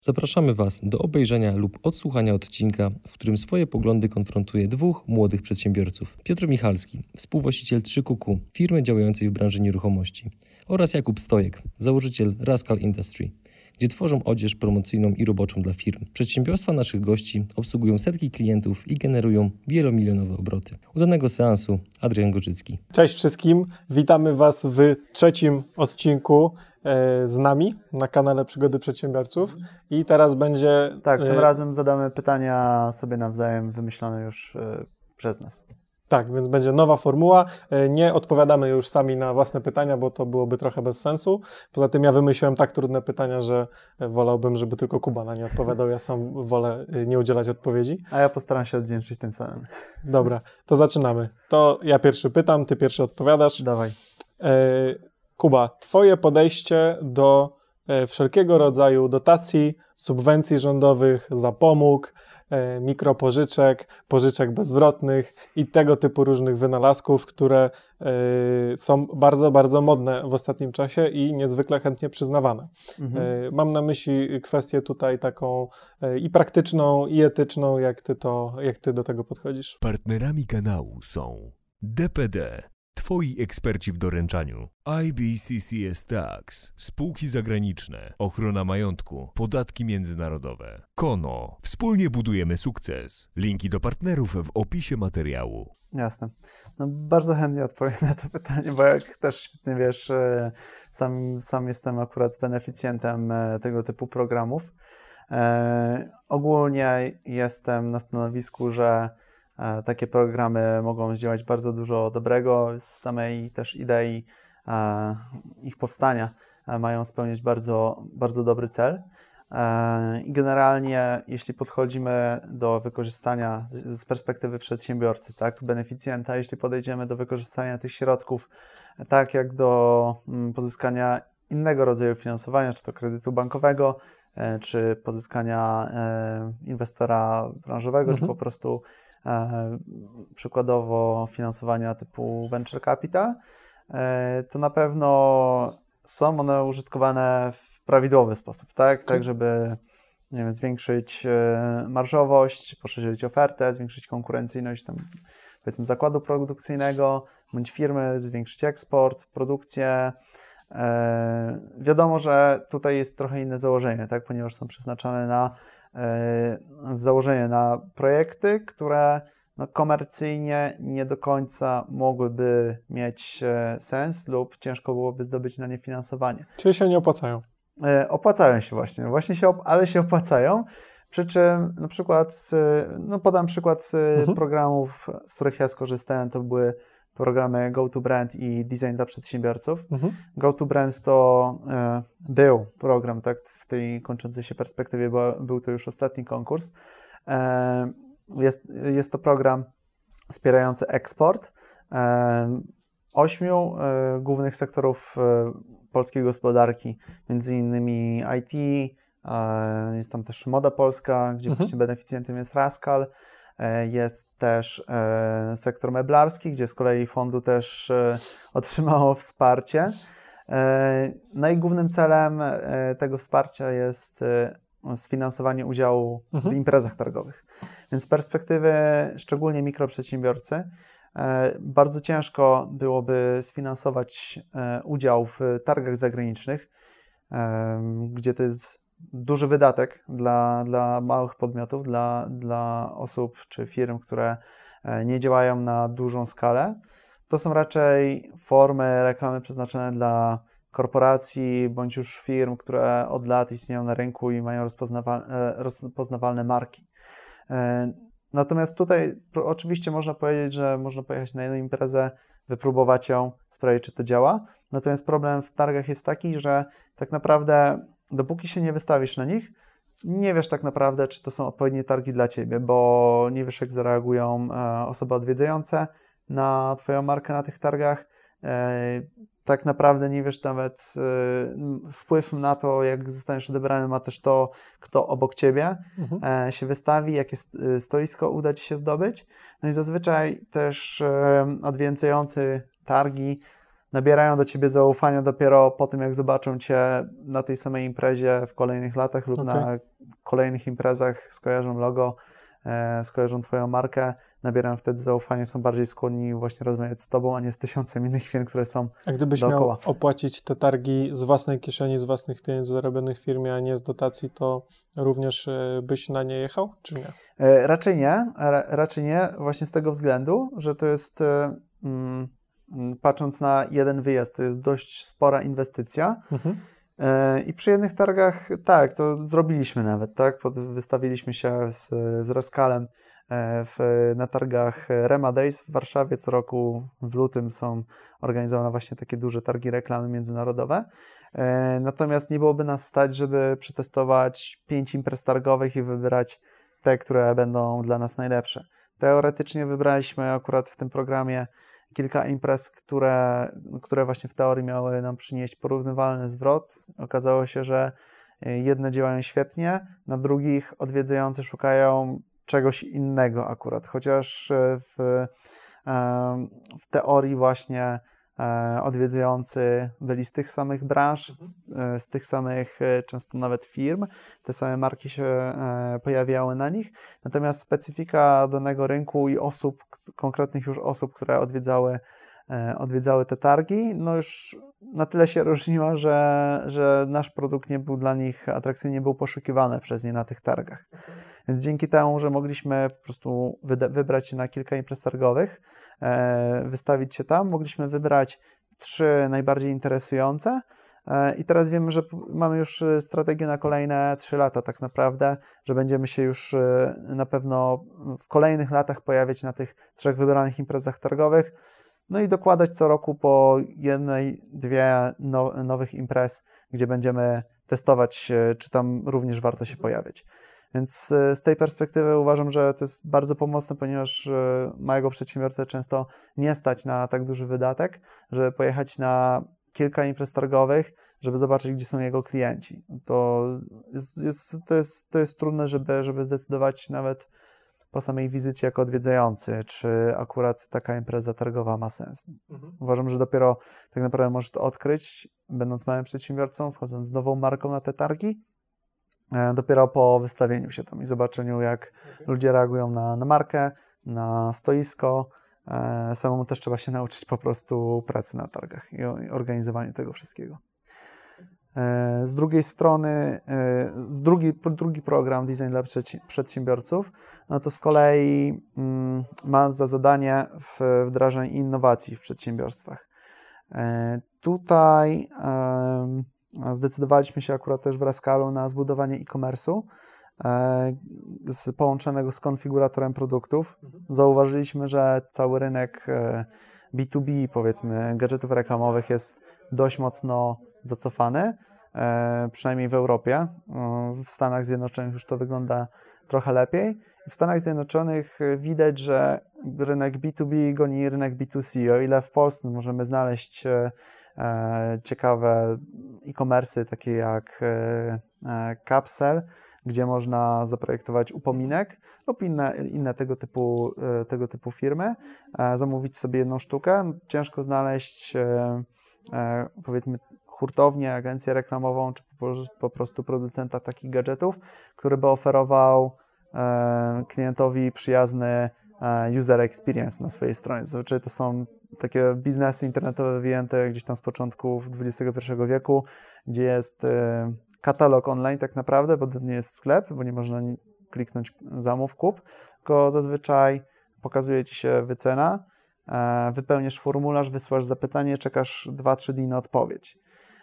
Zapraszamy Was do obejrzenia lub odsłuchania odcinka, w którym swoje poglądy konfrontuje dwóch młodych przedsiębiorców. Piotr Michalski, współwłaściciel 3QQ, firmy działającej w branży nieruchomości, oraz Jakub Stojek, założyciel Rascal Industry, gdzie tworzą odzież promocyjną i roboczą dla firm. Przedsiębiorstwa naszych gości obsługują setki klientów i generują wielomilionowe obroty. Udanego seansu, Adrian Gorzycki. Cześć wszystkim, witamy Was w trzecim odcinku z nami na kanale Przygody Przedsiębiorców i teraz będzie... Tak, tym razem zadamy pytania sobie nawzajem wymyślone już przez nas. Tak, więc będzie nowa formuła. Nie odpowiadamy już sami na własne pytania, bo to byłoby trochę bez sensu. Poza tym ja wymyśliłem tak trudne pytania, że wolałbym, żeby tylko Kuba na nie odpowiadał. Ja sam wolę nie udzielać odpowiedzi. A ja postaram się odwdzięczyć tym samym. Dobra, to zaczynamy. To ja pierwszy pytam, ty pierwszy odpowiadasz. Dawaj. Kuba, twoje podejście do wszelkiego rodzaju dotacji, subwencji rządowych, zapomóg, mikropożyczek, pożyczek bezzwrotnych i tego typu różnych wynalazków, które są bardzo, bardzo modne w ostatnim czasie i niezwykle chętnie przyznawane. Mam na myśli kwestię tutaj taką i praktyczną, i etyczną, jak ty do tego podchodzisz. Partnerami kanału są DPD, Twoi eksperci w doręczaniu, IBCCS Tax, spółki zagraniczne, ochrona majątku, podatki międzynarodowe, Kono. Wspólnie budujemy sukces. Linki do partnerów w opisie materiału. Jasne. No, bardzo chętnie odpowiem na to pytanie, bo jak też świetnie wiesz, sam jestem akurat beneficjentem tego typu programów. Ogólnie jestem na stanowisku, że takie programy mogą zdziałać bardzo dużo dobrego. Z samej też idei ich powstania mają spełniać bardzo, bardzo dobry cel. I generalnie, jeśli podchodzimy do wykorzystania z perspektywy przedsiębiorcy, tak, beneficjenta, jeśli podejdziemy do wykorzystania tych środków tak jak do pozyskania innego rodzaju finansowania, czy to kredytu bankowego, czy pozyskania inwestora branżowego, czy po prostu przykładowo finansowania typu venture capital, to na pewno są one użytkowane w prawidłowy sposób, tak? Tak, żeby nie wiem, zwiększyć marżowość, poszerzyć ofertę, zwiększyć konkurencyjność tam, powiedzmy, zakładu produkcyjnego bądź firmy, zwiększyć eksport, produkcję. Wiadomo, że tutaj jest trochę inne założenie, tak? Ponieważ są przeznaczone na założenie na projekty, które komercyjnie nie do końca mogłyby mieć sens lub ciężko byłoby zdobyć na nie finansowanie. Czyli się nie opłacają? Opłacają się właśnie ale się opłacają. Przy czym na przykład, podam przykład z programów, z których ja skorzystałem, to były programy GoToBrand i Design dla przedsiębiorców. GoToBrand to był program, tak, w tej kończącej się perspektywie, bo był to już ostatni konkurs. Jest to program wspierający eksport 8 głównych sektorów polskiej gospodarki, między innymi IT, jest tam też Moda Polska, gdzie właśnie beneficjentem jest Rascal. Jest też sektor meblarski, gdzie z kolei fondu też otrzymało wsparcie. No i głównym celem tego wsparcia jest sfinansowanie udziału w imprezach targowych. Więc z perspektywy szczególnie mikroprzedsiębiorcy bardzo ciężko byłoby sfinansować udział w targach zagranicznych, gdzie to jest duży wydatek dla małych podmiotów, dla osób czy firm, które nie działają na dużą skalę. To są raczej formy reklamy przeznaczone dla korporacji bądź już firm, które od lat istnieją na rynku i mają rozpoznawalne marki. Natomiast tutaj oczywiście można powiedzieć, że można pojechać na jedną imprezę, wypróbować ją, sprawdzić, czy to działa. Natomiast problem w targach jest taki, że tak naprawdę dopóki się nie wystawisz na nich, nie wiesz tak naprawdę, czy to są odpowiednie targi dla Ciebie, bo nie wiesz, jak zareagują osoby odwiedzające na Twoją markę na tych targach. Tak naprawdę nie wiesz nawet, wpływ na to, jak zostaniesz odebrany, ma też to, kto obok Ciebie się wystawi, jakie stoisko uda Ci się zdobyć. No i zazwyczaj też odwiedzający targi nabierają do ciebie zaufania dopiero po tym, jak zobaczą cię na tej samej imprezie w kolejnych latach lub na kolejnych imprezach, skojarzą logo, skojarzą twoją markę, nabierają wtedy zaufania, są bardziej skłonni właśnie rozmawiać z tobą, a nie z tysiącem innych firm, które są A gdybyś dookoła. miał opłacić te targi z własnej kieszeni, z własnych pieniędzy zarobionych w firmie, a nie z dotacji, to również byś na nie jechał, czy nie? Raczej nie, właśnie z tego względu, że to jest, patrząc na jeden wyjazd, to jest dość spora inwestycja. I przy jednych targach, tak, to zrobiliśmy nawet, tak, wystawiliśmy się z Rascalem na targach Rema Days w Warszawie. Co roku w lutym są organizowane właśnie takie duże targi reklamy międzynarodowe. Natomiast nie byłoby nas stać, żeby przetestować 5 imprez targowych i wybrać te, które będą dla nas najlepsze. Teoretycznie wybraliśmy akurat w tym programie kilka imprez, które właśnie w teorii miały nam przynieść porównywalny zwrot. Okazało się, że jedne działają świetnie, na drugich odwiedzający szukają czegoś innego akurat, chociaż w teorii właśnie odwiedzający byli z tych samych branż, z tych samych często nawet firm, te same marki się pojawiały na nich, natomiast specyfika danego rynku i osób, konkretnych już osób, które odwiedzały te targi, no już na tyle się różniła, że nasz produkt nie był dla nich atrakcyjny, nie był poszukiwany przez nie na tych targach. Więc dzięki temu, że mogliśmy po prostu wybrać się na kilka imprez targowych, wystawić się tam, mogliśmy wybrać 3 najbardziej interesujące i teraz wiemy, że mamy już strategię na kolejne 3 lata tak naprawdę, że będziemy się już na pewno w kolejnych latach pojawiać na tych 3 wybranych imprezach targowych, no i dokładać co roku po 1-2 nowych imprez, gdzie będziemy testować, czy tam również warto się pojawić. Więc z tej perspektywy uważam, że to jest bardzo pomocne, ponieważ małego przedsiębiorcę często nie stać na tak duży wydatek, żeby pojechać na kilka imprez targowych, żeby zobaczyć, gdzie są jego klienci. To jest trudne, żeby zdecydować nawet po samej wizycie jako odwiedzający, czy akurat taka impreza targowa ma sens. Uważam, że dopiero tak naprawdę możesz to odkryć, będąc małym przedsiębiorcą, wchodząc z nową marką na te targi, dopiero po wystawieniu się tam i zobaczeniu, jak ludzie reagują na markę, na stoisko. Samemu też trzeba się nauczyć po prostu pracy na targach i organizowaniu tego wszystkiego. Z drugiej strony, drugi program Design dla przedsiębiorców, no to z kolei ma za zadanie wdrażanie innowacji w przedsiębiorstwach. Tutaj zdecydowaliśmy się akurat też w Rascalu na zbudowanie e-commerce'u połączonego z konfiguratorem produktów. Zauważyliśmy, że cały rynek B2B, powiedzmy, gadżetów reklamowych jest dość mocno zacofany, przynajmniej w Europie. W Stanach Zjednoczonych już to wygląda trochę lepiej. W Stanach Zjednoczonych widać, że rynek B2B goni rynek B2C. O ile w Polsce możemy znaleźć ciekawe e-commerce'y takie jak Capsel, gdzie można zaprojektować upominek lub inne tego typu firmy, zamówić sobie jedną sztukę. Ciężko znaleźć powiedzmy hurtownię, agencję reklamową, czy po prostu producenta takich gadżetów, który by oferował klientowi przyjazny user experience na swojej stronie. Zazwyczaj to są takie biznesy internetowe wyjęte gdzieś tam z początków XXI wieku, gdzie jest katalog online tak naprawdę, bo to nie jest sklep, bo nie można kliknąć zamów, kup, tylko zazwyczaj pokazuje Ci się wycena, wypełniasz formularz, wysyłasz zapytanie, czekasz 2-3 dni na odpowiedź.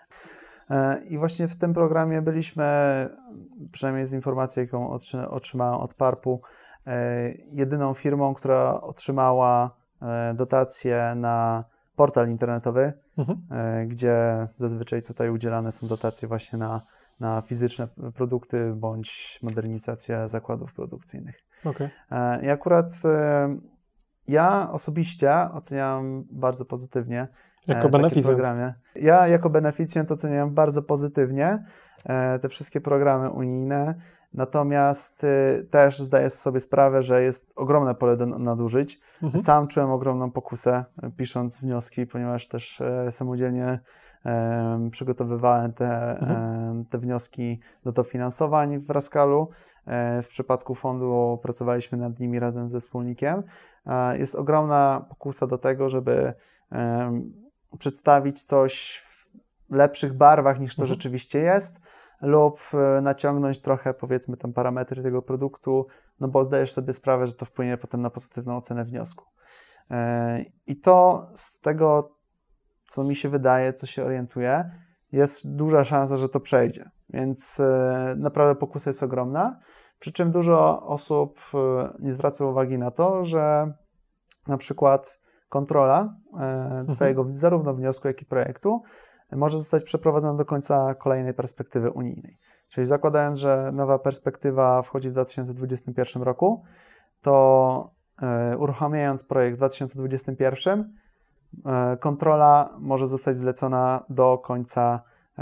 I właśnie w tym programie byliśmy, przynajmniej z informacji, jaką otrzymałem od PARP-u, jedyną firmą, która otrzymała dotację na portal internetowy, gdzie zazwyczaj tutaj udzielane są dotacje właśnie na fizyczne produkty bądź modernizację zakładów produkcyjnych. Okay. I akurat ja osobiście oceniam bardzo pozytywnie Jako beneficjent. programy. Ja jako beneficjent oceniam bardzo pozytywnie te wszystkie programy unijne, natomiast też zdaję sobie sprawę, że jest ogromne pole do nadużyć. Sam czułem ogromną pokusę pisząc wnioski, ponieważ też samodzielnie przygotowywałem te wnioski do dofinansowań w Rascalu. W przypadku fondu pracowaliśmy nad nimi razem ze wspólnikiem. Jest ogromna pokusa do tego, żeby przedstawić coś w lepszych barwach niż to rzeczywiście jest, lub naciągnąć trochę, powiedzmy, tam parametry tego produktu, no bo zdajesz sobie sprawę, że to wpłynie potem na pozytywną ocenę wniosku. I to z tego, co mi się wydaje, co się orientuje, jest duża szansa, że to przejdzie. Więc naprawdę pokusa jest ogromna. Przy czym dużo osób nie zwraca uwagi na to, że na przykład kontrola Twojego zarówno wniosku, jak i projektu może zostać przeprowadzona do końca kolejnej perspektywy unijnej. Czyli zakładając, że nowa perspektywa wchodzi w 2021 roku, to uruchamiając projekt w 2021, kontrola może zostać zlecona do końca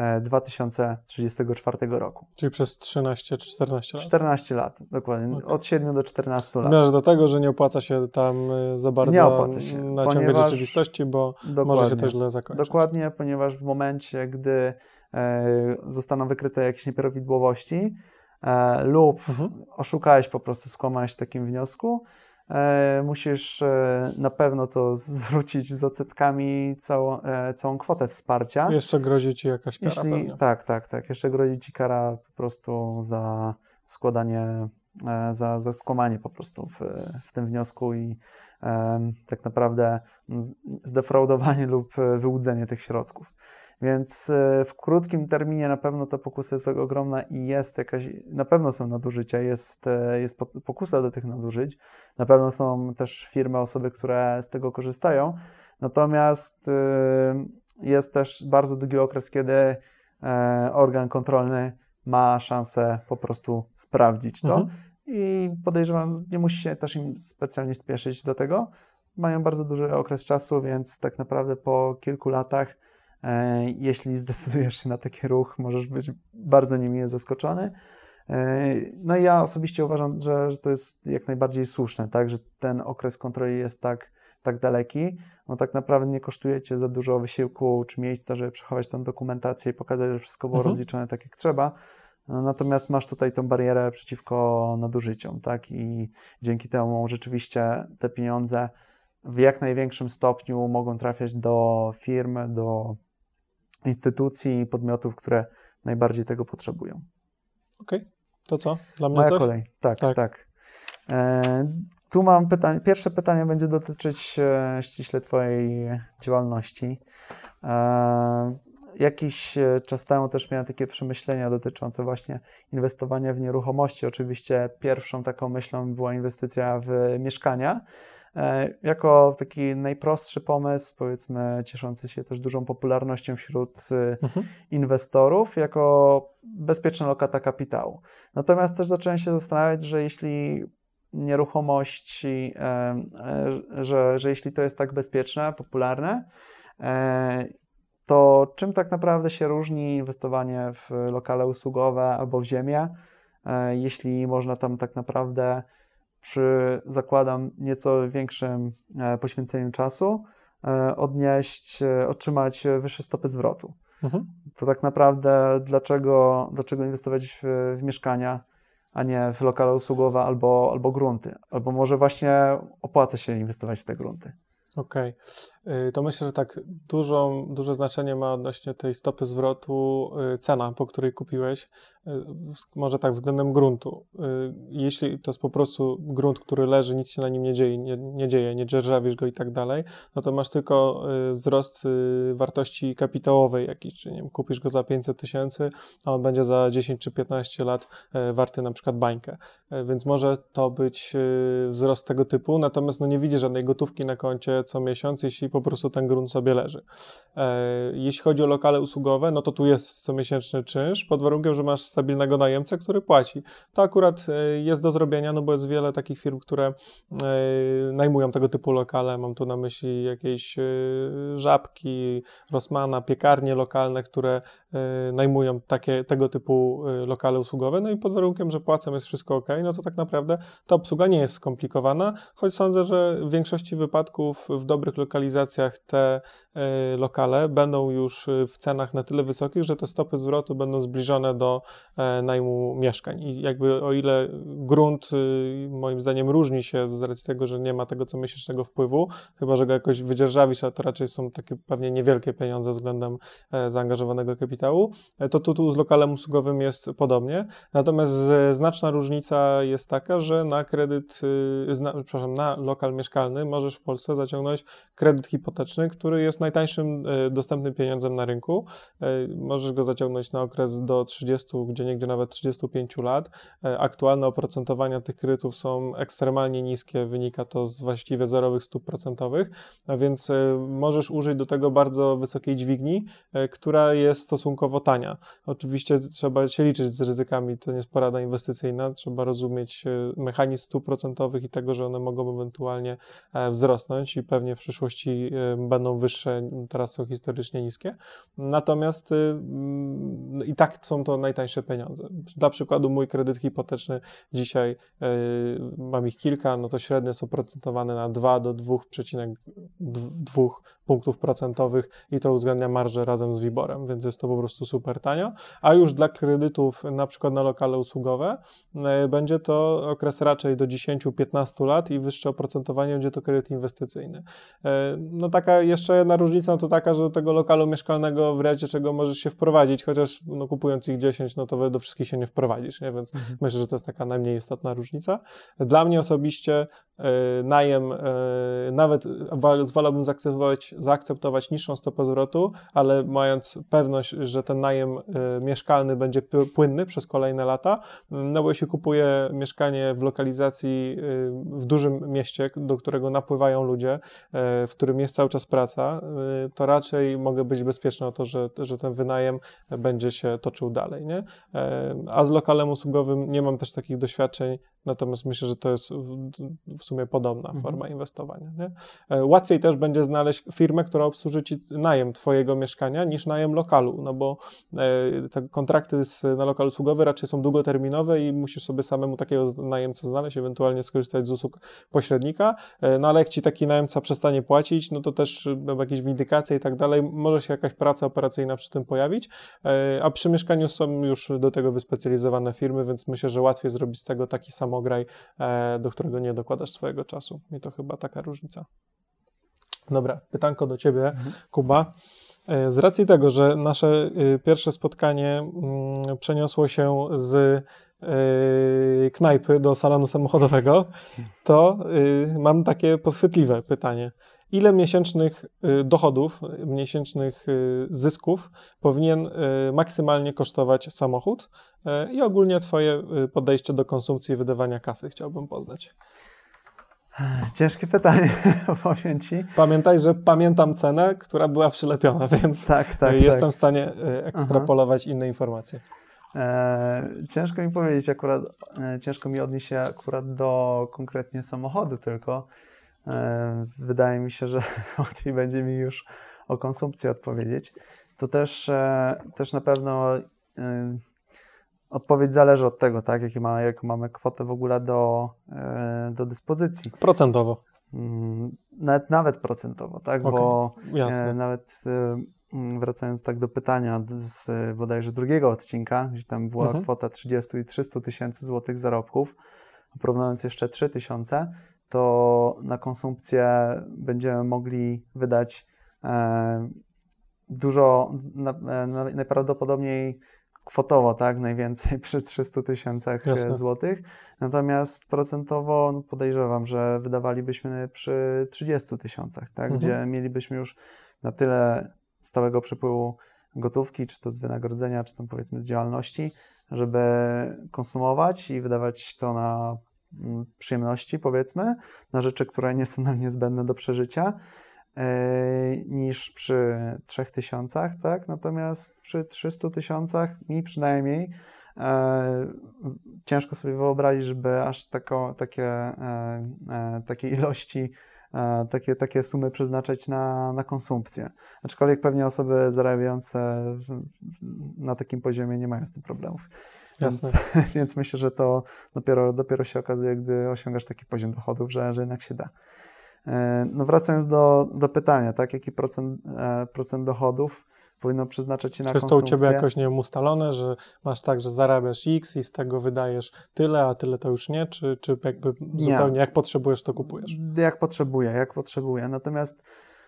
2034 roku. Czyli przez 13 czy 14 lat? 14 lat, dokładnie. Okay. Od 7 do 14 lat. Zmierzasz do tego, że nie opłaca się tam za bardzo naciągać rzeczywistości, bo może się to źle zakończyć. Dokładnie, ponieważ w momencie, gdy zostaną wykryte jakieś nieprawidłowości lub oszukałeś po prostu, skłamałeś w takim wniosku, musisz na pewno to zwrócić z odsetkami całą kwotę wsparcia. Jeszcze grozi Ci jakaś kara pewnie. Tak. Jeszcze grozi Ci kara po prostu za składanie, za skłamanie po prostu w tym wniosku i tak naprawdę zdefraudowanie lub wyłudzenie tych środków. Więc w krótkim terminie na pewno ta pokusa jest ogromna i jest jakaś, na pewno są nadużycia, jest pokusa do tych nadużyć, na pewno są też firmy, osoby, które z tego korzystają, natomiast jest też bardzo długi okres, kiedy organ kontrolny ma szansę po prostu sprawdzić to i podejrzewam, nie musi się też im specjalnie spieszyć do tego, mają bardzo duży okres czasu, więc tak naprawdę po kilku latach jeśli zdecydujesz się na taki ruch, możesz być bardzo niemile zaskoczony. No i ja osobiście uważam, że to jest jak najbardziej słuszne, tak, że ten okres kontroli jest tak daleki, no tak naprawdę nie kosztuje Cię za dużo wysiłku czy miejsca, żeby przechować tą dokumentację i pokazać, że wszystko było rozliczone tak, jak trzeba. Natomiast masz tutaj tą barierę przeciwko nadużyciom, tak, i dzięki temu rzeczywiście te pieniądze w jak największym stopniu mogą trafiać do firm, do instytucji i podmiotów, które najbardziej tego potrzebują. Okej. To co? Dla mnie Moja coś? kolej. Tak. Tu mam pytanie. Pierwsze pytanie będzie dotyczyć ściśle Twojej działalności. Jakiś czas temu też miałem takie przemyślenia dotyczące właśnie inwestowania w nieruchomości. Oczywiście pierwszą taką myślą była inwestycja w mieszkania. Jako taki najprostszy pomysł, powiedzmy cieszący się też dużą popularnością wśród inwestorów, jako bezpieczna lokata kapitału. Natomiast też zacząłem się zastanawiać, że jeśli nieruchomości, że jeśli to jest tak bezpieczne, popularne, to czym tak naprawdę się różni inwestowanie w lokale usługowe albo w ziemię, jeśli można tam tak naprawdę przy, zakładam, nieco większym poświęceniu czasu otrzymać wyższe stopy zwrotu. To tak naprawdę dlaczego inwestować w mieszkania, a nie w lokale usługowe albo grunty? Albo może właśnie opłaca się inwestować w te grunty? Okej. To myślę, że tak duże znaczenie ma odnośnie tej stopy zwrotu cena, po której kupiłeś, może tak względem gruntu. Jeśli to jest po prostu grunt, który leży, nic się na nim nie dzieje, nie dzierżawisz go i tak dalej, no to masz tylko wzrost wartości kapitałowej jakiś, czy nie wiem, kupisz go za 500 000, a on będzie za 10 czy 15 lat warty na przykład bańkę. Więc może to być wzrost tego typu, natomiast no nie widzisz żadnej gotówki na koncie co miesiąc, jeśli po prostu ten grunt sobie leży. Jeśli chodzi o lokale usługowe, no to tu jest comiesięczny czynsz, pod warunkiem, że masz stabilnego najemcę, który płaci. To akurat jest do zrobienia, no bo jest wiele takich firm, które najmują tego typu lokale. Mam tu na myśli jakieś Żabki, Rossmana, piekarnie lokalne, które najmują tego typu lokale usługowe, no i pod warunkiem, że płacą, jest wszystko ok, no to tak naprawdę ta obsługa nie jest skomplikowana, choć sądzę, że w większości wypadków w dobrych lokalizacjach te lokale będą już w cenach na tyle wysokich, że te stopy zwrotu będą zbliżone do najmu mieszkań. I jakby o ile grunt moim zdaniem różni się z racji tego, że nie ma tego comiesięcznego wpływu, chyba że go jakoś wydzierżawisz, a to raczej są takie pewnie niewielkie pieniądze względem zaangażowanego kapitału, to tu z lokalem usługowym jest podobnie. Natomiast znaczna różnica jest taka, że na lokal mieszkalny możesz w Polsce zaciągnąć kredyt hipoteczny, który jest najtańszym dostępnym pieniądzem na rynku. Możesz go zaciągnąć na okres do 30, gdzieniegdzie nawet 35 lat. Aktualne oprocentowania tych kredytów są ekstremalnie niskie, wynika to z właściwie zerowych stóp procentowych, a więc możesz użyć do tego bardzo wysokiej dźwigni, która jest stosunkowo tania. Oczywiście trzeba się liczyć z ryzykami, to nie jest porada inwestycyjna, trzeba rozumieć mechanizm stóp procentowych i tego, że one mogą ewentualnie wzrosnąć i pewnie w przyszłości będą wyższe, teraz są historycznie niskie. Natomiast i tak są to najtańsze pieniądze. Dla przykładu mój kredyt hipoteczny dzisiaj, mam ich kilka, no to średnio są procentowane na 2 do 2,2 punktów procentowych i to uwzględnia marżę razem z WIBOR-em, więc jest to po prostu super tanio. A już dla kredytów na przykład na lokale usługowe będzie to okres raczej do 10-15 lat i wyższe oprocentowanie będzie to kredyt inwestycyjny. No taka jeszcze jedna różnica to taka, że do tego lokalu mieszkalnego w razie czego możesz się wprowadzić, chociaż no, kupując ich 10, no to do wszystkich się nie wprowadzisz, nie? Więc myślę, że to jest taka najmniej istotna różnica. Dla mnie osobiście najem, nawet wolałbym zaakceptować niższą stopę zwrotu, ale mając pewność, że ten najem mieszkalny będzie płynny przez kolejne lata, no bo jeśli kupuję mieszkanie w lokalizacji w dużym mieście, do którego napływają ludzie, w którym jest cały czas praca, to raczej mogę być bezpieczny o to, że ten wynajem będzie się toczył dalej, nie? A z lokalem usługowym nie mam też takich doświadczeń, natomiast myślę, że to jest w sumie podobna forma inwestowania, nie? Łatwiej też będzie znaleźć firmę, która obsłuży ci najem twojego mieszkania niż najem lokalu, no bo te kontrakty na lokal usługowy raczej są długoterminowe i musisz sobie samemu takiego najemcę znaleźć, ewentualnie skorzystać z usług pośrednika, no ale jak ci taki najemca przestanie płacić, no to też jakieś windykacje i tak dalej, może się jakaś praca operacyjna przy tym pojawić, a przy mieszkaniu są już do tego wyspecjalizowane firmy, więc myślę, że łatwiej zrobić z tego taki samograj, do którego nie dokładasz swojego czasu. I to chyba taka różnica. Dobra, pytanko do ciebie, Kuba. Z racji tego, że nasze pierwsze spotkanie przeniosło się z knajpy do salonu samochodowego, to mam takie podchwytliwe pytanie. Ile miesięcznych dochodów, miesięcznych zysków powinien maksymalnie kosztować samochód i ogólnie twoje podejście do konsumpcji i wydawania kasy chciałbym poznać. Ciężkie pytanie, powiem ci. Pamiętaj, że pamiętam cenę, która była przylepiona, więc jestem w stanie ekstrapolować inne informacje. Ciężko mi powiedzieć akurat, ciężko mi odnieść się akurat do konkretnie samochodu tylko. Wydaje mi się, że łatwiej będzie mi już o konsumpcji odpowiedzieć. To też na pewno odpowiedź zależy od tego, tak, jaką mamy kwotę w ogóle do dyspozycji. Procentowo. Nawet procentowo, tak, Okay. bo Jasne. nawet wracając tak do pytania z bodajże drugiego odcinka, gdzie tam była kwota 30 i 300 tysięcy złotych zarobków, porównując jeszcze 3 tysiące, to na konsumpcję będziemy mogli wydać dużo, najprawdopodobniej kwotowo, tak, najwięcej przy 300 tysiącach złotych, natomiast procentowo podejrzewam, że wydawalibyśmy przy 30 tysiącach, tak, gdzie mielibyśmy już na tyle stałego przepływu gotówki, czy to z wynagrodzenia, czy tam powiedzmy z działalności, żeby konsumować i wydawać to na przyjemności, powiedzmy, na rzeczy, które nie są nam niezbędne do przeżycia. niż przy 3000, tak? Natomiast przy 300 000 mi przynajmniej ciężko sobie wyobrazić, żeby aż takie ilości, takie sumy przeznaczać na konsumpcję. Aczkolwiek pewnie osoby zarabiające na takim poziomie nie mają z tym problemów. Jasne. Więc myślę, że to dopiero się okazuje, gdy osiągasz taki poziom dochodów, że jednak się da. No wracając do pytania, tak? Jaki procent dochodów powinno przeznaczać się na konsumpcję? Czy jest to u Ciebie jakoś, nie wiem, ustalone, że masz tak, że zarabiasz X i z tego wydajesz tyle, a tyle to już nie? Czy jakby zupełnie jak potrzebujesz, to kupujesz? Jak potrzebuję. Natomiast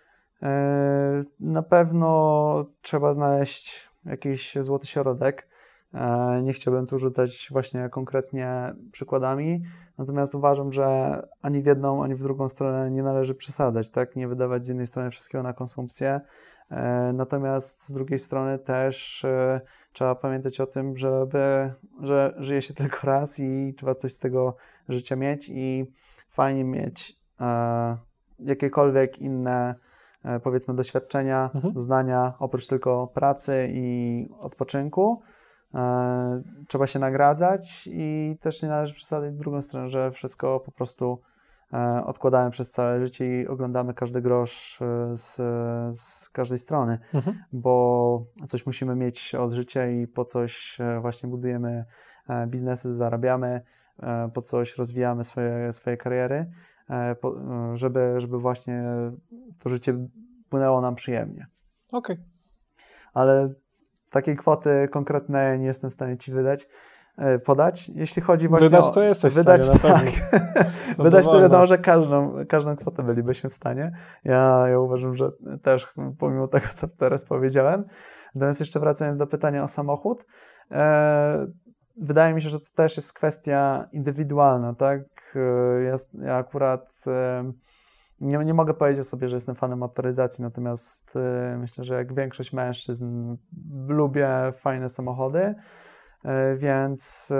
na pewno trzeba znaleźć jakiś złoty środek. Nie chciałbym tu rzucać właśnie konkretnie przykładami, natomiast uważam, że ani w jedną, ani w drugą stronę nie należy przesadzać, tak? Nie wydawać z jednej strony wszystkiego na konsumpcję, natomiast z drugiej strony też trzeba pamiętać o tym, że żyje się tylko raz i trzeba coś z tego życia mieć i fajnie mieć jakiekolwiek inne, powiedzmy, doświadczenia, doznania, oprócz tylko pracy i odpoczynku. Trzeba się nagradzać i też nie należy przesadzać w drugą stronę, że wszystko po prostu odkładamy przez całe życie i oglądamy każdy grosz z każdej strony, bo coś musimy mieć od życia i po coś właśnie budujemy biznesy, zarabiamy, po coś rozwijamy swoje kariery, żeby właśnie to życie płynęło nam przyjemnie. Okej. Ale takiej kwoty konkretnej nie jestem w stanie Ci podać. Jeśli chodzi właśnie wydać to jesteś w stanie, na pewno. Wydać to wiadomo, że każdą kwotę bylibyśmy w stanie. Ja uważam, że też pomimo tego, co teraz powiedziałem. Natomiast jeszcze wracając do pytania o samochód, wydaje mi się, że to też jest kwestia indywidualna, tak? Ja akurat nie mogę powiedzieć o sobie, że jestem fanem motoryzacji, natomiast myślę, że jak większość mężczyzn lubię fajne samochody, więc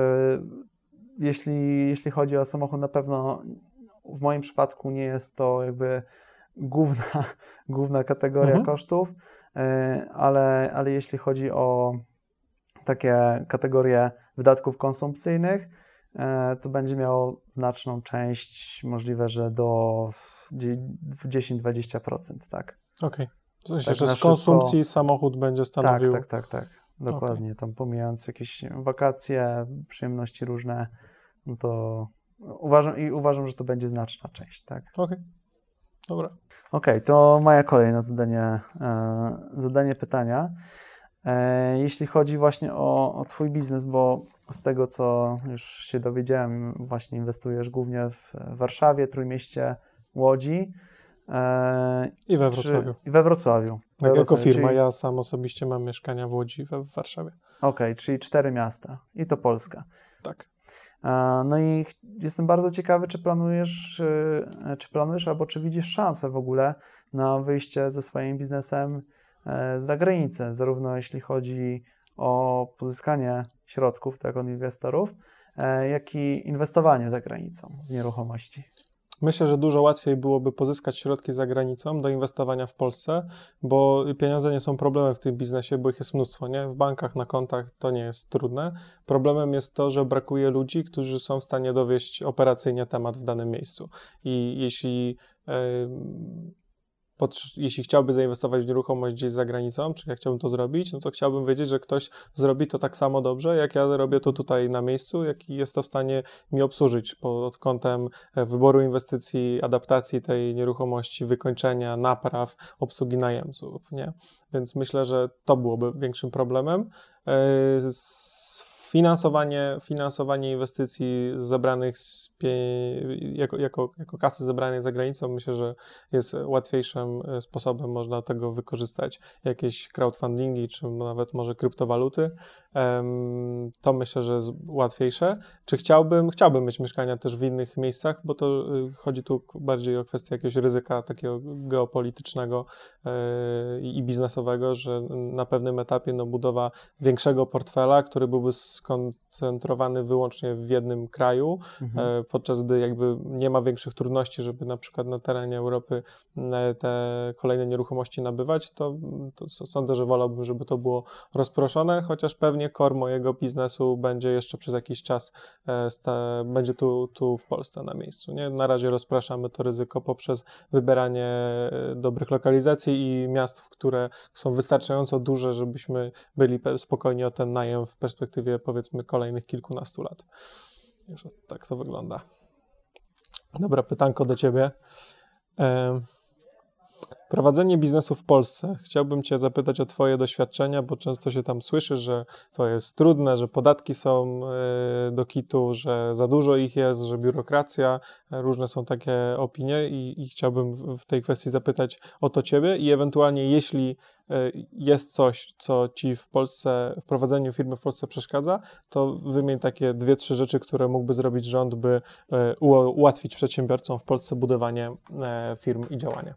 jeśli chodzi o samochód, na pewno w moim przypadku nie jest to jakby główna kategoria kosztów, ale jeśli chodzi o takie kategorie wydatków konsumpcyjnych, to będzie miało znaczną część, możliwe, że do 10-20%, tak. Okej. W sensie, Tak, że z konsumpcji samochód będzie stanowił... Tak. Dokładnie. Tam pomijając jakieś wakacje, przyjemności różne, no to uważam, że to będzie znaczna część, tak. Okej. Dobra. Okej, to moja kolejna zadanie pytania. Jeśli chodzi właśnie o Twój biznes, bo z tego, co już się dowiedziałem, właśnie inwestujesz głównie w Warszawie, Trójmieście, Łodzi. I we Wrocławiu. I we Wrocławiu. Tak, jako firma. Ja sam osobiście mam mieszkania w Łodzi, w Warszawie. Okej, czyli 4 miasta. I to Polska. Tak. No i jestem bardzo ciekawy, czy planujesz albo czy widzisz szansę w ogóle na wyjście ze swoim biznesem za granicę, zarówno jeśli chodzi o pozyskanie środków, tak, od inwestorów, jak i inwestowanie za granicą w nieruchomości. Myślę, że dużo łatwiej byłoby pozyskać środki za granicą do inwestowania w Polsce, bo pieniądze nie są problemem w tym biznesie, bo ich jest mnóstwo, nie? W bankach, na kontach to nie jest trudne. Problemem jest to, że brakuje ludzi, którzy są w stanie dowieść operacyjnie temat w danym miejscu. I jeśli chciałby zainwestować w nieruchomość gdzieś za granicą, czy ja chciałbym to zrobić, no to chciałbym wiedzieć, że ktoś zrobi to tak samo dobrze, jak ja robię to tutaj na miejscu, jak jest to w stanie mi obsłużyć pod kątem wyboru inwestycji, adaptacji tej nieruchomości, wykończenia, napraw, obsługi najemców, nie? Więc myślę, że to byłoby większym problemem. Finansowanie inwestycji zebranych jako kasy zebranej za granicą, myślę, że jest łatwiejszym sposobem. Można tego wykorzystać jakieś crowdfundingi, czy nawet może kryptowaluty. To myślę, że jest łatwiejsze. Czy chciałbym mieć mieszkania też w innych miejscach, bo to chodzi tu bardziej o kwestię jakiegoś ryzyka takiego geopolitycznego i biznesowego, że na pewnym etapie budowa większego portfela, który byłby skoncentrowany wyłącznie w jednym kraju, podczas gdy jakby nie ma większych trudności, żeby na przykład na terenie Europy te kolejne nieruchomości nabywać, to sądzę, że wolałbym, żeby to było rozproszone, chociaż pewnie core mojego biznesu będzie jeszcze przez jakiś czas będzie tu w Polsce na miejscu. Nie? Na razie rozpraszamy to ryzyko poprzez wybieranie dobrych lokalizacji i miast, które są wystarczająco duże, żebyśmy byli spokojni o ten najem w perspektywie powiedzmy kolejnych kilkunastu lat. Tak to wygląda. Dobra, pytanko do Ciebie. Prowadzenie biznesu w Polsce. Chciałbym Cię zapytać o Twoje doświadczenia, bo często się tam słyszy, że to jest trudne, że podatki są do kitu, że za dużo ich jest, że biurokracja. Różne są takie opinie i chciałbym w tej kwestii zapytać o to Ciebie i ewentualnie jeśli jest coś, co Ci w prowadzeniu firmy w Polsce przeszkadza, to wymień takie 2-3 rzeczy, które mógłby zrobić rząd, by ułatwić przedsiębiorcom w Polsce budowanie firm i działania.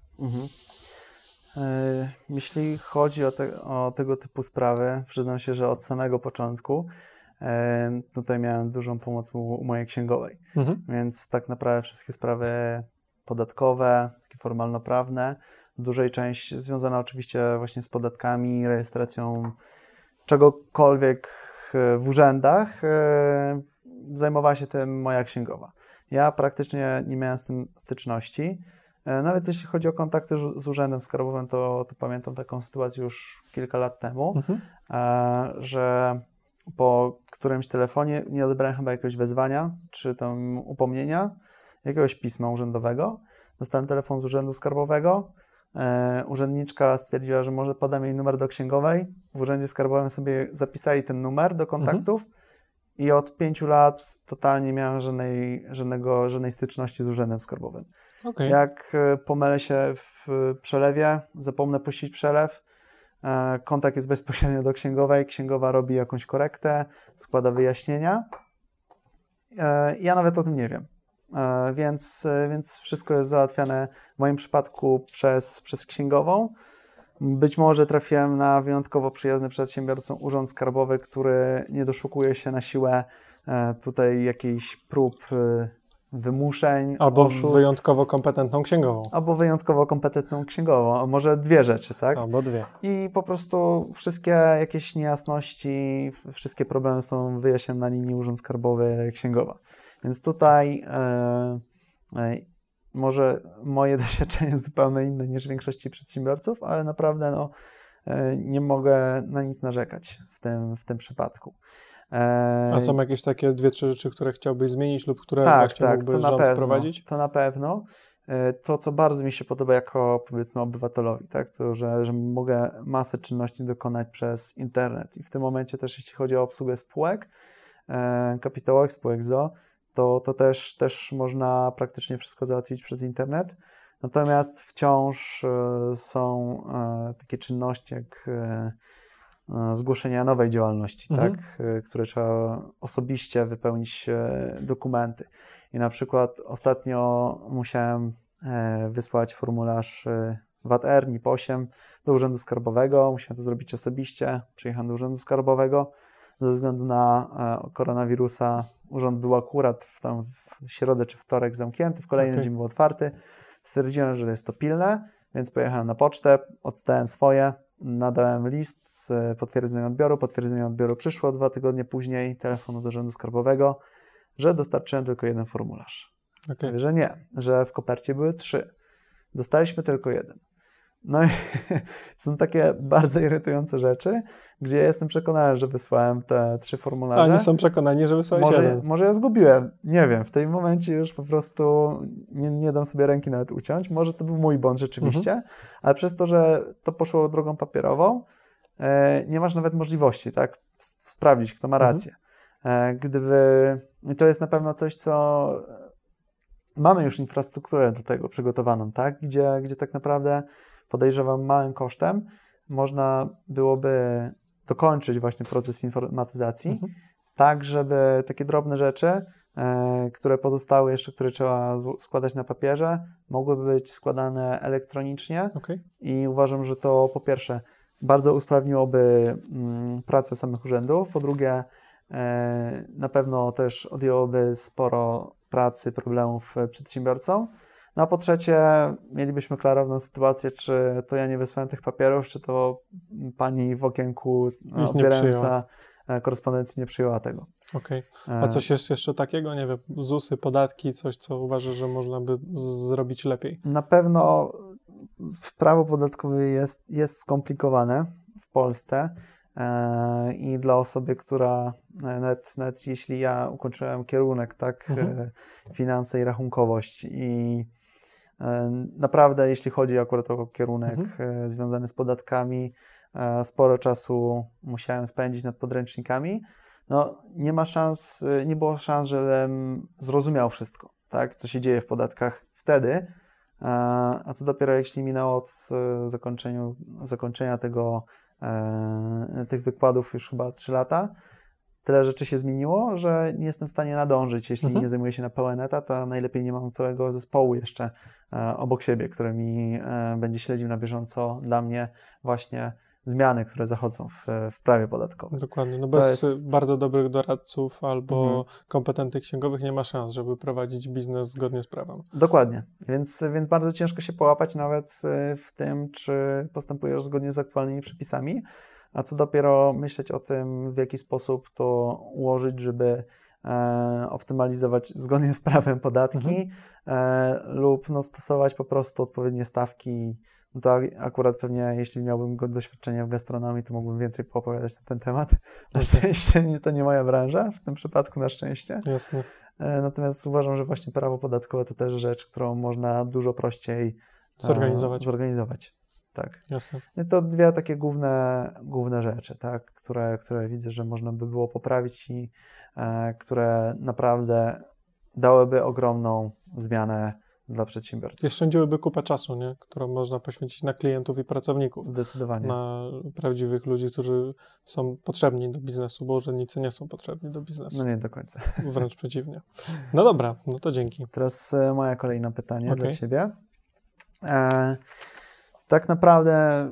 Jeśli chodzi o tego typu sprawy, przyznam się, że od samego początku tutaj miałem dużą pomoc u mojej księgowej, więc tak naprawdę wszystkie sprawy podatkowe, takie formalno-prawne, dużej część związana oczywiście właśnie z podatkami, rejestracją czegokolwiek w urzędach, zajmowała się tym moja księgowa. Ja praktycznie nie miałem z tym styczności. Nawet jeśli chodzi o kontakty z urzędem skarbowym, to pamiętam taką sytuację już kilka lat temu, że po którymś telefonie nie odebrałem chyba jakiegoś wezwania, czy tam upomnienia, jakiegoś pisma urzędowego. Dostałem telefon z urzędu skarbowego. Urzędniczka stwierdziła, że może podam jej numer do księgowej. W urzędzie skarbowym sobie zapisali ten numer do kontaktów i od 5 lat totalnie nie miałem żadnej styczności z urzędem skarbowym. Okay. Jak pomylę się w przelewie, zapomnę puścić przelew, kontakt jest bezpośrednio do księgowej, księgowa robi jakąś korektę, składa wyjaśnienia. Ja nawet o tym nie wiem, więc wszystko jest załatwiane w moim przypadku przez księgową. Być może trafiłem na wyjątkowo przyjazny przedsiębiorcom urząd skarbowy, który nie doszukuje się na siłę tutaj jakichś prób wymuszeń, albo oszustw. wyjątkowo kompetentną księgową. Albo wyjątkowo kompetentną księgową, a może 2 rzeczy, tak? Albo 2. I po prostu wszystkie jakieś niejasności, wszystkie problemy są wyjaśnione na linii urząd skarbowy, księgowa. Więc tutaj może moje doświadczenie jest zupełnie inne niż większości przedsiębiorców, ale naprawdę nie mogę na nic narzekać w tym przypadku. A są jakieś takie 2-3 rzeczy, które chciałbyś zmienić lub które właśnie mógłby rząd wprowadzić? To na pewno. To, co bardzo mi się podoba jako, powiedzmy, obywatelowi, tak? To, że mogę masę czynności dokonać przez internet i w tym momencie też, jeśli chodzi o obsługę spółek kapitałowych, spółek z o.o., to też można praktycznie wszystko załatwić przez internet. Natomiast wciąż są takie czynności jak zgłoszenia nowej działalności, tak? Które trzeba osobiście wypełnić dokumenty. I na przykład ostatnio musiałem wysłać formularz VAT-R, NIP-8 do Urzędu Skarbowego. Musiałem to zrobić osobiście. Przyjechałem do Urzędu Skarbowego. Ze względu na koronawirusa urząd był akurat w środę czy wtorek zamknięty, w kolejny dzień był otwarty. Stwierdziłem, że jest to pilne, więc pojechałem na pocztę, oddałem swoje, nadałem list z potwierdzeniem odbioru. Potwierdzenie odbioru przyszło 2 tygodnie później, telefonu do Urzędu Skarbowego, że dostarczyłem tylko 1 formularz. Mówię, że nie, że w kopercie były 3. Dostaliśmy tylko 1. No i są takie bardzo irytujące rzeczy, gdzie ja jestem przekonany, że wysłałem te 3 formularze. A oni są przekonani, że wysłałeś 1. Może ja zgubiłem, nie wiem, w tym momencie już po prostu nie dam sobie ręki nawet uciąć. Może to był mój błąd rzeczywiście, ale przez to, że to poszło drogą papierową, nie masz nawet możliwości, tak, sprawdzić, kto ma rację. I to jest na pewno coś, co mamy już infrastrukturę do tego przygotowaną, tak, gdzie tak naprawdę podejrzewam małym kosztem można byłoby dokończyć właśnie proces informatyzacji, tak, żeby takie drobne rzeczy, które pozostały jeszcze, które trzeba składać na papierze, mogłyby być składane elektronicznie i uważam, że to po pierwsze bardzo usprawniłoby pracę samych urzędów, po drugie na pewno też odjęłoby sporo pracy, problemów przedsiębiorcom. No a po trzecie, mielibyśmy klarowną sytuację, czy to ja nie wysłałem tych papierów, czy to pani w okienku odbierająca korespondencji nie przyjęła tego. Okej. A coś jest jeszcze takiego? Nie wiem, ZUS-y, podatki, coś, co uważasz, że można by zrobić lepiej? Na pewno prawo podatkowe jest skomplikowane w Polsce i dla osoby, która nawet jeśli ja ukończyłem kierunek, tak, finanse i rachunkowość i naprawdę jeśli chodzi akurat o kierunek związany z podatkami, sporo czasu musiałem spędzić nad podręcznikami. No, nie było szans, żebym zrozumiał wszystko, tak, co się dzieje w podatkach wtedy, a co dopiero jeśli minęło od zakończenia tych wykładów już chyba 3 lata, tyle rzeczy się zmieniło, że nie jestem w stanie nadążyć. Jeśli nie zajmuję się na pełen etat, to najlepiej nie mam całego zespołu jeszcze obok siebie, który mi będzie śledził na bieżąco dla mnie właśnie zmiany, które zachodzą w prawie podatkowym. Dokładnie, no bez bardzo dobrych doradców albo kompetentnych księgowych nie ma szans, żeby prowadzić biznes zgodnie z prawem. Dokładnie, więc bardzo ciężko się połapać nawet w tym, czy postępujesz zgodnie z aktualnymi przepisami, a co dopiero myśleć o tym, w jaki sposób to ułożyć, żeby optymalizować zgodnie z prawem podatki lub stosować po prostu odpowiednie stawki. No to akurat pewnie, jeśli miałbym doświadczenie w gastronomii, to mógłbym więcej poopowiadać na ten temat. Na szczęście to nie moja branża, w tym przypadku na szczęście. Jasne. Natomiast uważam, że właśnie prawo podatkowe to też rzecz, którą można dużo prościej zorganizować. Tak. Jasne. I to 2 takie główne rzeczy, tak, które widzę, że można by było poprawić i które naprawdę dałyby ogromną zmianę dla przedsiębiorców. I oszczędziłyby kupę czasu, nie? Którą można poświęcić na klientów i pracowników. Zdecydowanie. Na prawdziwych ludzi, którzy są potrzebni do biznesu, bo urzędnicy nie są potrzebni do biznesu. No nie do końca. Wręcz przeciwnie. No dobra, no to dzięki. Teraz moja kolejna pytanie dla Ciebie. Tak naprawdę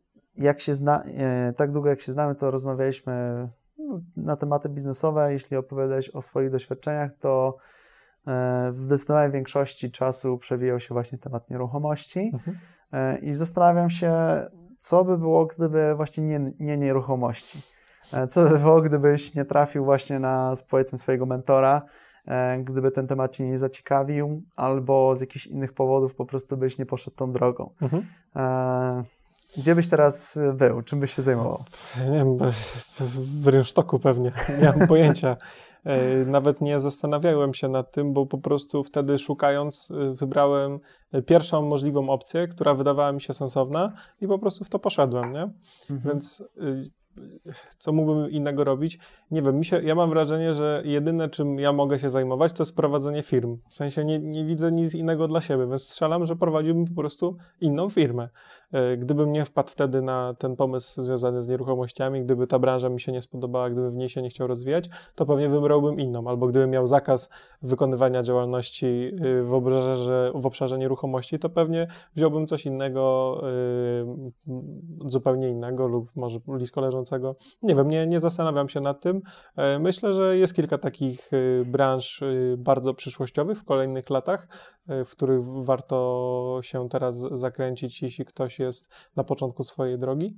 tak długo jak się znamy, to rozmawialiśmy na tematy biznesowe. Jeśli opowiadałeś o swoich doświadczeniach, to w zdecydowanej większości czasu przewijał się właśnie temat nieruchomości i zastanawiam się, co by było, gdyby właśnie nie nieruchomości. Co by było, gdybyś nie trafił właśnie na, powiedzmy, swojego mentora, gdyby ten temat Cię nie zaciekawił, albo z jakichś innych powodów po prostu byś nie poszedł tą drogą. Gdzie byś teraz był? Czym byś się zajmował? Nie wiem, w rynsztoku pewnie. Nie mam pojęcia. Nawet nie zastanawiałem się nad tym, bo po prostu wtedy szukając wybrałem pierwszą możliwą opcję, która wydawała mi się sensowna i po prostu w to poszedłem, nie? Więc co mógłbym innego robić? Nie wiem, ja mam wrażenie, że jedyne, czym ja mogę się zajmować, to jest prowadzenie firm. W sensie nie widzę nic innego dla siebie, więc strzelam, że prowadziłbym po prostu inną firmę. Gdybym nie wpadł wtedy na ten pomysł związany z nieruchomościami, gdyby ta branża mi się nie spodobała, gdybym w niej się nie chciał rozwijać, to pewnie wybrałbym inną. Albo gdybym miał zakaz wykonywania działalności w obszarze nieruchomości, to pewnie wziąłbym coś innego, zupełnie innego lub może blisko leżącego. Nie wiem, nie zastanawiam się nad tym. Myślę, że jest kilka takich branż bardzo przyszłościowych w kolejnych latach, w których warto się teraz zakręcić, jeśli ktoś jest na początku swojej drogi.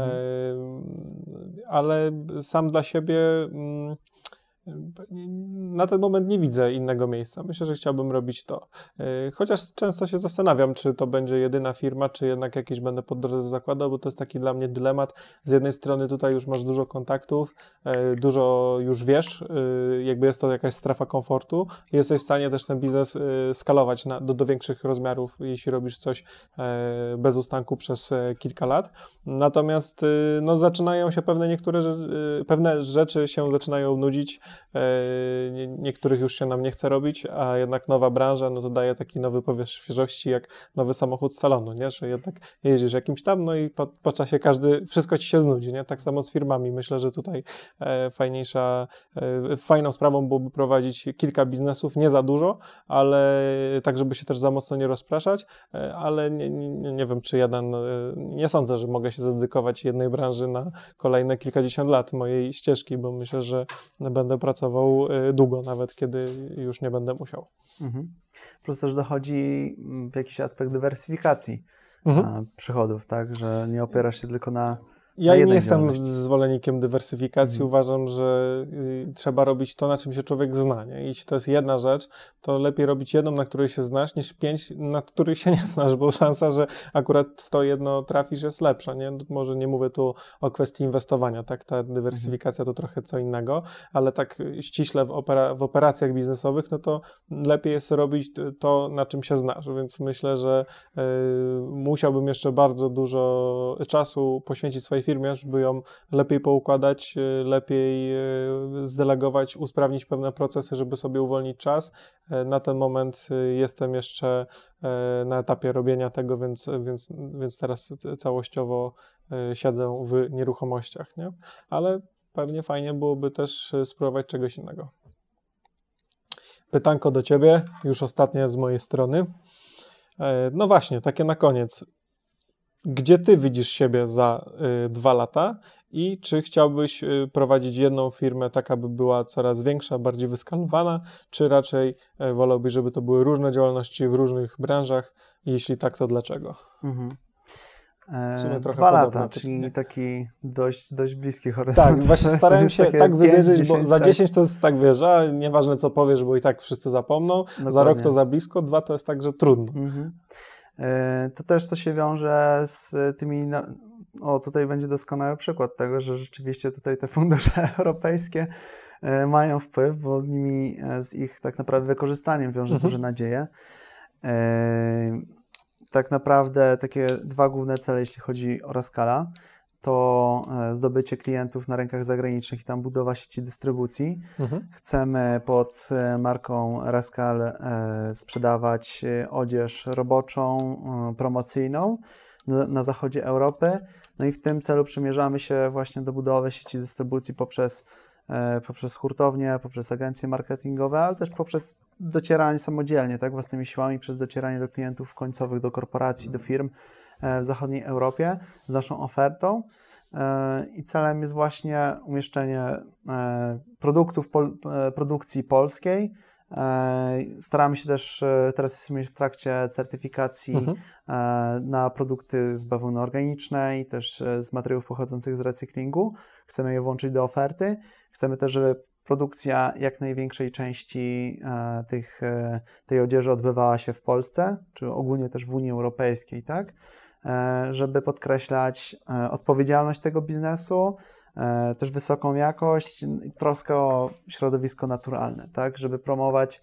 Ale sam dla siebie na ten moment nie widzę innego miejsca. Myślę, że chciałbym robić to. Chociaż często się zastanawiam, czy to będzie jedyna firma, czy jednak jakieś będę po drodze zakładał, bo to jest taki dla mnie dylemat. Z jednej strony tutaj już masz dużo kontaktów, dużo już wiesz, jakby jest to jakaś strefa komfortu i jesteś w stanie też ten biznes skalować do większych rozmiarów, jeśli robisz coś bez ustanku przez kilka lat. Natomiast no, zaczynają się pewne rzeczy się zaczynają nudzić. niektórych już się nam nie chce robić, a jednak nowa branża, no to daje taki nowy powiew świeżości, jak nowy samochód z salonu, nie? Że jednak jeździsz jakimś tam, no i po czasie wszystko ci się znudzi, nie? Tak samo z firmami. Myślę, że tutaj fajną sprawą byłoby prowadzić kilka biznesów, nie za dużo, ale tak, żeby się też za mocno nie rozpraszać, ale nie wiem, czy nie sądzę, że mogę się zadedykować jednej branży na kolejne kilkadziesiąt lat mojej ścieżki, bo myślę, że będę pracował długo, nawet kiedy już nie będę musiał. Plus też dochodzi jakiś aspekt dywersyfikacji przychodów, tak, że nie opierasz się tylko na Ja nie jestem zwolennikiem dywersyfikacji. Uważam, że trzeba robić to, na czym się człowiek zna. Nie? Jeśli to jest jedna rzecz, to lepiej robić jedną, na której się znasz, niż 5, na których się nie znasz, bo szansa, że akurat w to jedno trafisz, jest lepsza. Nie? Może nie mówię tu o kwestii inwestowania, tak? Ta dywersyfikacja to trochę co innego, ale tak ściśle w operacjach biznesowych, no to lepiej jest robić to, na czym się znasz. Więc myślę, że musiałbym jeszcze bardzo dużo czasu poświęcić swojej firmie, żeby ją lepiej poukładać, lepiej zdelegować, usprawnić pewne procesy, żeby sobie uwolnić czas. Na ten moment jestem jeszcze na etapie robienia tego, więc teraz całościowo siedzę w nieruchomościach, nie? Ale pewnie fajnie byłoby też spróbować czegoś innego. Pytanko do Ciebie, już ostatnie z mojej strony. No właśnie, takie na koniec. Gdzie Ty widzisz siebie za 2 lata i czy chciałbyś prowadzić jedną firmę tak, aby była coraz większa, bardziej wyskalowana, czy raczej wolałbyś, żeby to były różne działalności w różnych branżach? Jeśli tak, to dlaczego? 2 lata, czyli taki dość bliski horyzont. Tak, właśnie starałem się tak wymierzyć, bo za 10 to jest tak, wiesz, a nieważne co powiesz, bo i tak wszyscy zapomną, dokładnie. Za rok to za blisko, 2 to jest tak, że trudno. To też to się wiąże z tymi... tutaj będzie doskonały przykład tego, że rzeczywiście tutaj te fundusze europejskie mają wpływ, bo z ich tak naprawdę wykorzystaniem wiąże duże nadzieje. Tak naprawdę takie 2 główne cele, jeśli chodzi o Rascala, to zdobycie klientów na rynkach zagranicznych i tam budowa sieci dystrybucji. Chcemy pod marką Rascal sprzedawać odzież roboczą, promocyjną na zachodzie Europy. No i w tym celu przymierzamy się właśnie do budowy sieci dystrybucji poprzez hurtownie, poprzez agencje marketingowe, ale też poprzez docieranie samodzielnie, tak, własnymi siłami, przez docieranie do klientów końcowych, do korporacji, do firm w zachodniej Europie z naszą ofertą. I celem jest właśnie umieszczenie produktów produkcji polskiej. Staramy się też, teraz jesteśmy w trakcie certyfikacji na produkty z bawełny organicznej, też z materiałów pochodzących z recyklingu. Chcemy je włączyć do oferty. Chcemy też, żeby produkcja jak największej części tej odzieży odbywała się w Polsce, czy ogólnie też w Unii Europejskiej, tak? Żeby podkreślać odpowiedzialność tego biznesu, też wysoką jakość i troskę o środowisko naturalne, tak? Żeby promować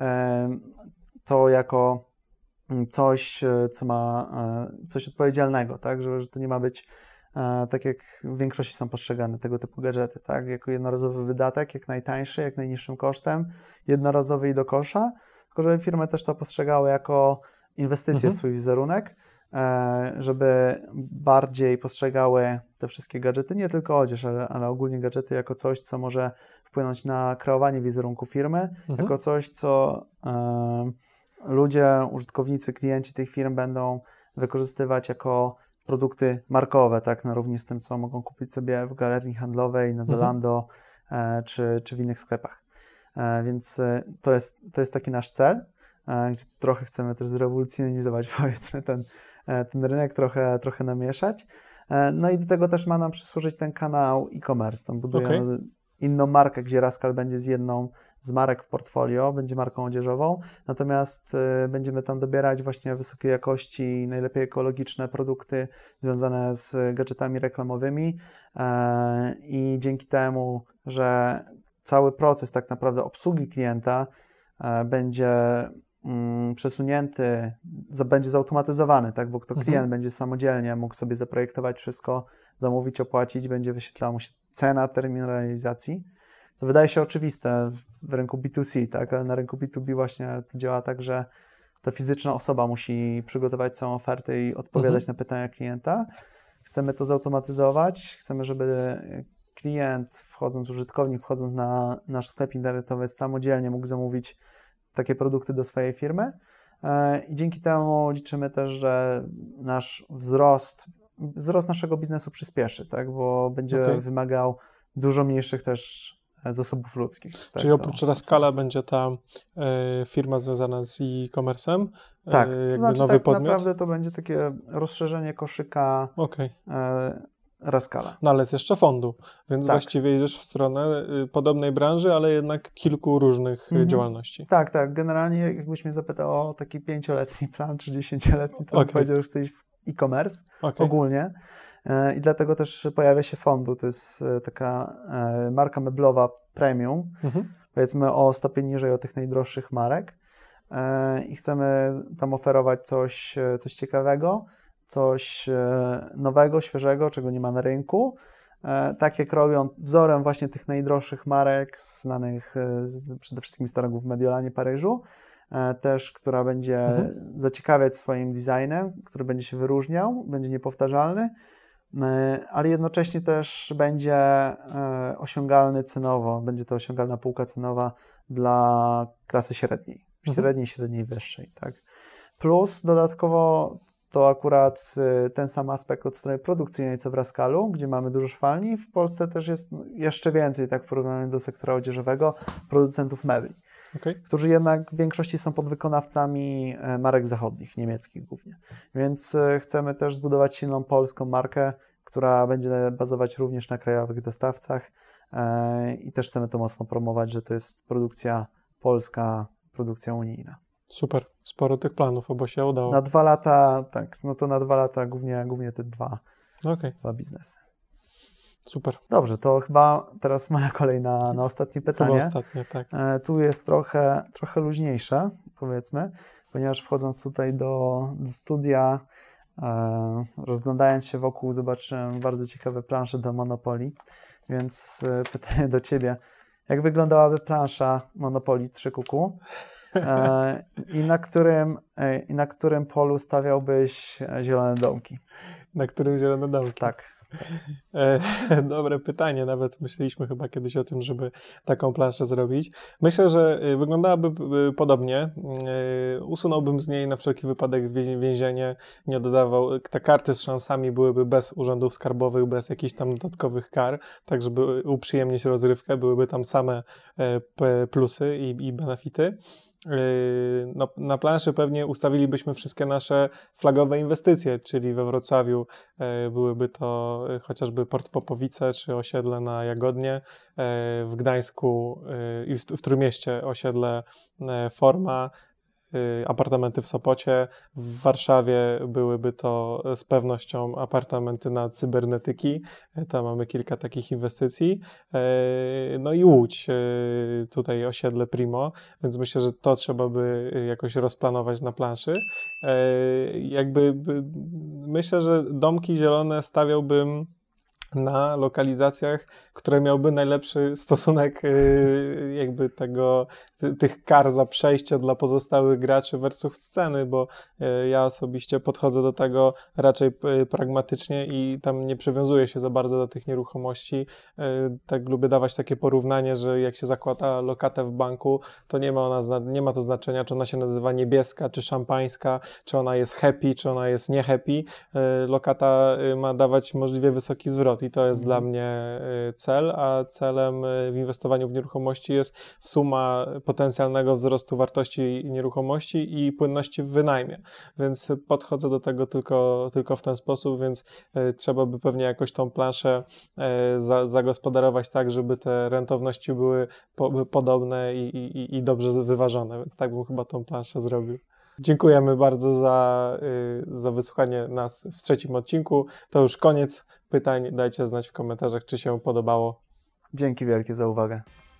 to jako coś, co ma coś odpowiedzialnego, tak? Że to nie ma być tak jak w większości są postrzegane tego typu gadżety, tak? Jako jednorazowy wydatek, jak najtańszy, jak najniższym kosztem, jednorazowy i do kosza, tylko żeby firmy też to postrzegały jako inwestycję w swój wizerunek, żeby bardziej postrzegały te wszystkie gadżety, nie tylko odzież, ale ogólnie gadżety jako coś, co może wpłynąć na kreowanie wizerunku firmy, jako coś, co ludzie, użytkownicy, klienci tych firm będą wykorzystywać jako produkty markowe, tak, na równi z tym, co mogą kupić sobie w galerii handlowej, na Zalando czy w innych sklepach. Więc to jest taki nasz cel, gdzie trochę chcemy też zrewolucjonizować, powiedzmy, ten rynek, trochę namieszać. No i do tego też ma nam przysłużyć ten kanał e-commerce. Tam budujemy inną markę, gdzie Rascal będzie z jedną z marek w portfolio, będzie marką odzieżową, natomiast będziemy tam dobierać właśnie wysokiej jakości, najlepiej ekologiczne produkty związane z gadżetami reklamowymi i dzięki temu, że cały proces tak naprawdę obsługi klienta będzie przesunięty, będzie zautomatyzowany, tak, bo to klient będzie samodzielnie mógł sobie zaprojektować wszystko, zamówić, opłacić, będzie wyświetlała mu się cena, termin realizacji. co wydaje się oczywiste w rynku B2C, tak? Ale na rynku B2B właśnie to działa tak, że ta fizyczna osoba musi przygotować całą ofertę i odpowiadać na pytania klienta. Chcemy to zautomatyzować, chcemy, żeby klient, użytkownik wchodząc na nasz sklep internetowy samodzielnie mógł zamówić takie produkty do swojej firmy i dzięki temu liczymy też, że nasz wzrost naszego biznesu przyspieszy, tak? Bo będzie wymagał dużo mniejszych też zasobów ludzkich. Tak? Czyli oprócz Rascala będzie ta firma związana z e-commerce'em? Tak, to znaczy nowy tak podmiot? naprawdę to będzie takie rozszerzenie koszyka Rascala. No ale jest jeszcze fondu, więc właściwie idziesz w stronę podobnej branży, ale jednak kilku różnych działalności. Tak. Generalnie jakbyś mnie zapytał o taki 5-letni plan czy 10-letni, to bym powiedział, że chcesz w e-commerce ogólnie. I dlatego też pojawia się fondu. To jest taka marka meblowa premium, powiedzmy o stopień niżej od tych najdroższych marek. I chcemy tam oferować coś ciekawego, coś nowego, świeżego, czego nie ma na rynku. Tak jak robią wzorem właśnie tych najdroższych marek, znanych przede wszystkim z targów w Mediolanie, Paryżu, też, która będzie zaciekawiać swoim designem, który będzie się wyróżniał, będzie niepowtarzalny, ale jednocześnie też będzie osiągalny cenowo, będzie to osiągalna półka cenowa dla klasy średniej, średniej wyższej, tak. Plus dodatkowo to akurat ten sam aspekt od strony produkcyjnej, co w Rascalu, gdzie mamy dużo szwalni. W Polsce też jest jeszcze więcej, tak w porównaniu do sektora odzieżowego, producentów mebli, którzy jednak w większości są podwykonawcami marek zachodnich, niemieckich głównie. Więc chcemy też zbudować silną polską markę, która będzie bazować również na krajowych dostawcach i też chcemy to mocno promować, że to jest produkcja polska, produkcja unijna. Super, sporo tych planów, obo się udało. Na 2 lata, tak, no to na 2 lata głównie te dwa biznesy. Super. Dobrze, to chyba teraz moja kolej na ostatnie pytanie. Chyba ostatnie, tak. Tu jest trochę luźniejsze, powiedzmy, ponieważ wchodząc tutaj do studia, rozglądając się wokół, zobaczyłem bardzo ciekawe plansze do Monopoly, więc pytanie do Ciebie. Jak wyglądałaby plansza Monopoly 3 Kuku? I na którym polu stawiałbyś zielone domki? Na którym zielone domki? Tak. Dobre pytanie, nawet myśleliśmy chyba kiedyś o tym, żeby taką planszę zrobić. Myślę, że wyglądałaby podobnie. Usunąłbym z niej na wszelki wypadek więzienie, nie dodawał, te karty z szansami byłyby bez urzędów skarbowych, bez jakichś tam dodatkowych kar, tak żeby uprzyjemnić rozrywkę, byłyby tam same plusy i benefity. No, na planszy pewnie ustawilibyśmy wszystkie nasze flagowe inwestycje, czyli we Wrocławiu byłyby to chociażby Port Popowice czy osiedle na Jagodnie, w Gdańsku i w Trójmieście osiedle Forma, apartamenty w Sopocie, w Warszawie byłyby to z pewnością apartamenty na cybernetyki, tam mamy kilka takich inwestycji, no i Łódź, tutaj osiedle Primo, więc myślę, że to trzeba by jakoś rozplanować na planszy. Myślę, że domki zielone stawiałbym na lokalizacjach, które miałby najlepszy stosunek jakby tych kar za przejście dla pozostałych graczy versus sceny, bo ja osobiście podchodzę do tego raczej pragmatycznie i tam nie przywiązuję się za bardzo do tych nieruchomości. Tak lubię dawać takie porównanie, że jak się zakłada lokatę w banku, to nie ma to znaczenia, czy ona się nazywa niebieska, czy szampańska, czy ona jest happy, czy ona jest nie happy. Lokata ma dawać możliwie wysoki zwrot i to jest dla mnie cel, a celem w inwestowaniu w nieruchomości jest suma potencjalnego wzrostu wartości nieruchomości i płynności w wynajmie. Więc podchodzę do tego tylko w ten sposób, więc trzeba by pewnie jakoś tą planszę zagospodarować tak, żeby te rentowności były podobne i dobrze wyważone, więc tak bym chyba tą planszę zrobił. Dziękujemy bardzo za wysłuchanie nas w 3. odcinku. To już koniec pytań. Dajcie znać w komentarzach, czy się podobało. Dzięki wielkie za uwagę.